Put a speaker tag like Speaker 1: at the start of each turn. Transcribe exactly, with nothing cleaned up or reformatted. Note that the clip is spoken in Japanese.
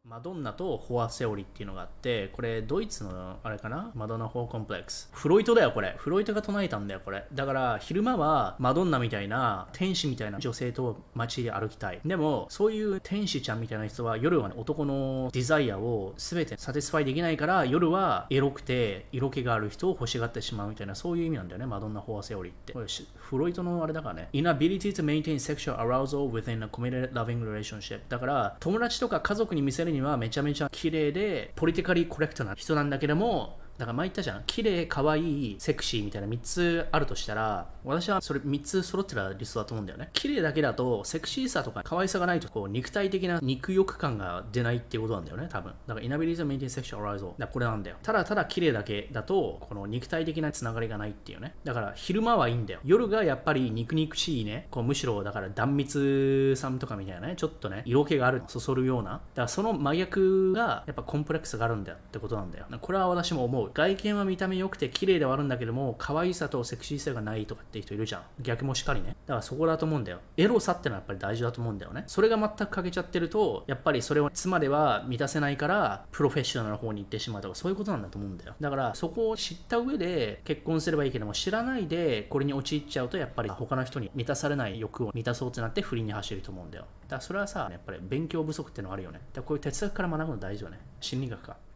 Speaker 1: マドンナとフォアセオリーっていうのがあって、これドイツのあれかな、マドンナフォアコンプレックス。フロイトだよこれ。フロイトが唱えたんだよこれ。だから昼間はマドンナみたいな天使みたいな女性と街で歩きたい。でもそういう天使ちゃんみたいな人は夜はね、男のデザイアを全てサティスファイできないから、夜はエロくて色気がある人を欲しがってしまうみたいな、そういう意味なんだよね、マドンナフォアセオリーって。これフロイトのあれだからね。Inability to maintain sexual arousal within a committed loving relationship。だから友達とか家族に見せるにはめちゃめちゃ綺麗でポリティカリーコレクトな人なんだけども、だから前言ったじゃん、綺麗、可愛い、セクシーみたいなみっつあるとしたら、私はそれみっつ揃ってた理想だと思うんだよね。綺麗だけだとセクシーさとか可愛さがないと、こう肉体的な肉欲感が出ないっていうことなんだよね、多分。だから inability to maintain sexual arousal。だからこれなんだよ。ただただ綺麗だけだとこの肉体的なつながりがないっていうね。だから昼間はいいんだよ。夜がやっぱり肉肉しいね、こうむしろだから断蜜さんとかみたいなね、ちょっとね色気がある、そそるような、だからその真逆がやっぱコンプレックスがあるんだよってことなんだよ。これは私も思う。外見は見た目良くて綺麗ではあるんだけども、可愛さとセクシーさがないとかっていう人いるじゃん。逆もしっかりね。だからそこだと思うんだよ。エロさってのはやっぱり大事だと思うんだよね。それが全く欠けちゃってると、やっぱりそれを妻では満たせないからプロフェッショナルの方に行ってしまうとか、そういうことなんだと思うんだよ。だからそこを知った上で結婚すればいいけども、知らないでこれに陥っちゃうと、やっぱり他の人に満たされない欲を満たそうってなって不倫に走ると思うんだよ。だからそれはさ、やっぱり勉強不足ってのがあるよね。だからこういう哲学から学ぶの大事よね。心理学か。